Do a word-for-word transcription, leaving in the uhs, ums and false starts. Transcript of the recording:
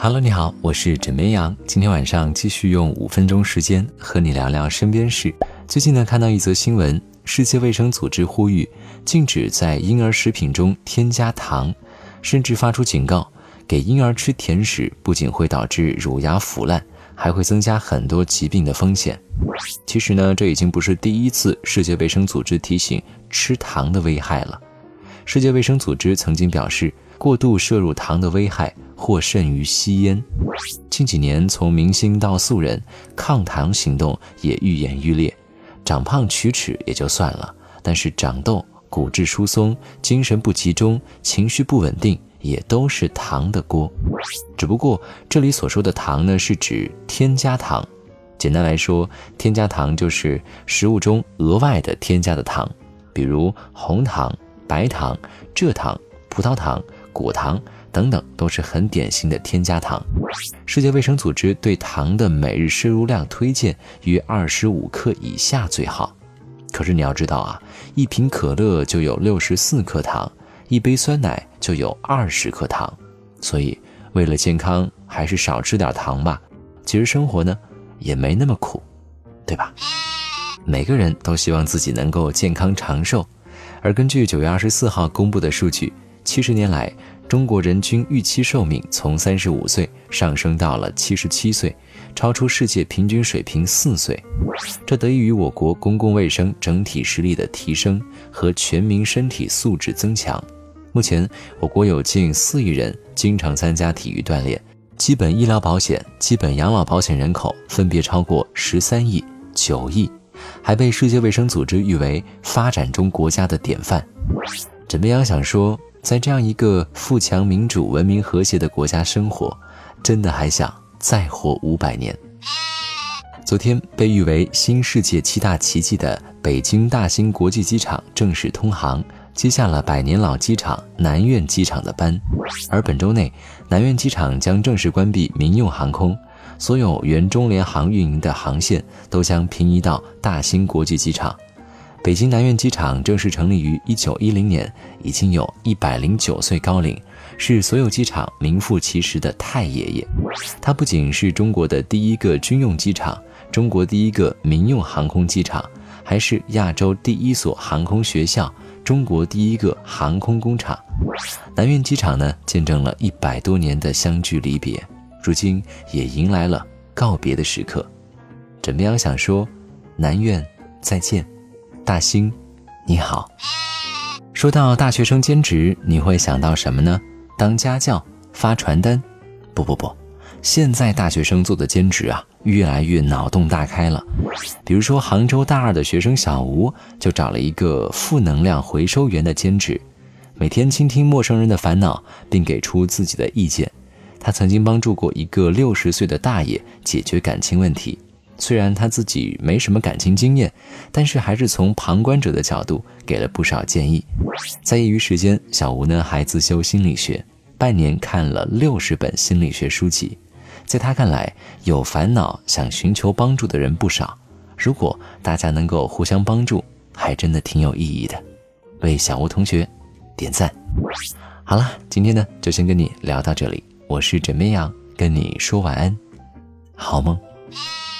Hello， 你好，我是枕边羊。今天晚上继续用五分钟时间和你聊聊身边事。最近呢，看到一则新闻，世界卫生组织呼吁禁止在婴儿食品中添加糖，甚至发出警告，给婴儿吃甜食不仅会导致乳牙腐烂，还会增加很多疾病的风险。其实呢，这已经不是第一次世界卫生组织提醒吃糖的危害了。世界卫生组织曾经表示，过度摄入糖的危害或甚于吸烟。近几年，从明星到素人，抗糖行动也愈演愈烈。长胖龋齿也就算了，但是长痘、骨质疏松、精神不集中、情绪不稳定，也都是糖的锅。只不过这里所说的糖呢，是指添加糖。简单来说，添加糖就是食物中额外的添加的糖，比如红糖、白糖、蔗糖、葡萄糖、果糖等等，都是很典型的添加糖。世界卫生组织对糖的每日摄入量推荐约二十五克以下最好。可是你要知道啊，一瓶可乐就有六十四克糖，一杯酸奶就有二十克糖。所以为了健康，还是少吃点糖吧。其实生活呢，也没那么苦，对吧？每个人都希望自己能够健康长寿。而根据九月二十四号公布的数据，七十年来，中国人均预期寿命从三十五岁上升到了七十七岁，超出世界平均水平四岁。这得益于我国公共卫生整体实力的提升和全民身体素质增强。目前，我国有近四亿人经常参加体育锻炼，基本医疗保险、基本养老保险人口分别超过十三亿、九亿，还被世界卫生组织誉为发展中国家的典范。枕边羊想说，在这样一个富强、民主、文明、和谐的国家生活，真的还想再活五百年。昨天被誉为新世界七大奇迹的北京大兴国际机场正式通航，接下了百年老机场南苑机场的班。而本周内，南苑机场将正式关闭民用航空，所有原中联航运营的航线都将平移到大兴国际机场。北京南苑机场正式成立于一九一零年，已经有一百零九岁高龄，是所有机场名副其实的太爷爷。它不仅是中国的第一个军用机场，中国第一个民用航空机场，还是亚洲第一所航空学校，中国第一个航空工厂。南苑机场呢，见证了一百多年的相聚离别，如今也迎来了告别的时刻。枕边羊想说，南苑再见，大兴你好。说到大学生兼职，你会想到什么呢？当家教、发传单？不不不，现在大学生做的兼职啊，越来越脑洞大开了。比如说杭州大二的学生小吴就找了一个负能量回收员的兼职，每天倾听陌生人的烦恼，并给出自己的意见。他曾经帮助过一个六十岁的大爷解决感情问题，虽然他自己没什么感情经验，但是还是从旁观者的角度给了不少建议。在业余时间，小吴呢还自修心理学，半年看了六十本心理学书籍。在他看来，有烦恼想寻求帮助的人不少，如果大家能够互相帮助，还真的挺有意义的。为小吴同学点赞。好了，今天呢就先跟你聊到这里，我是枕边羊，跟你说晚安，好梦。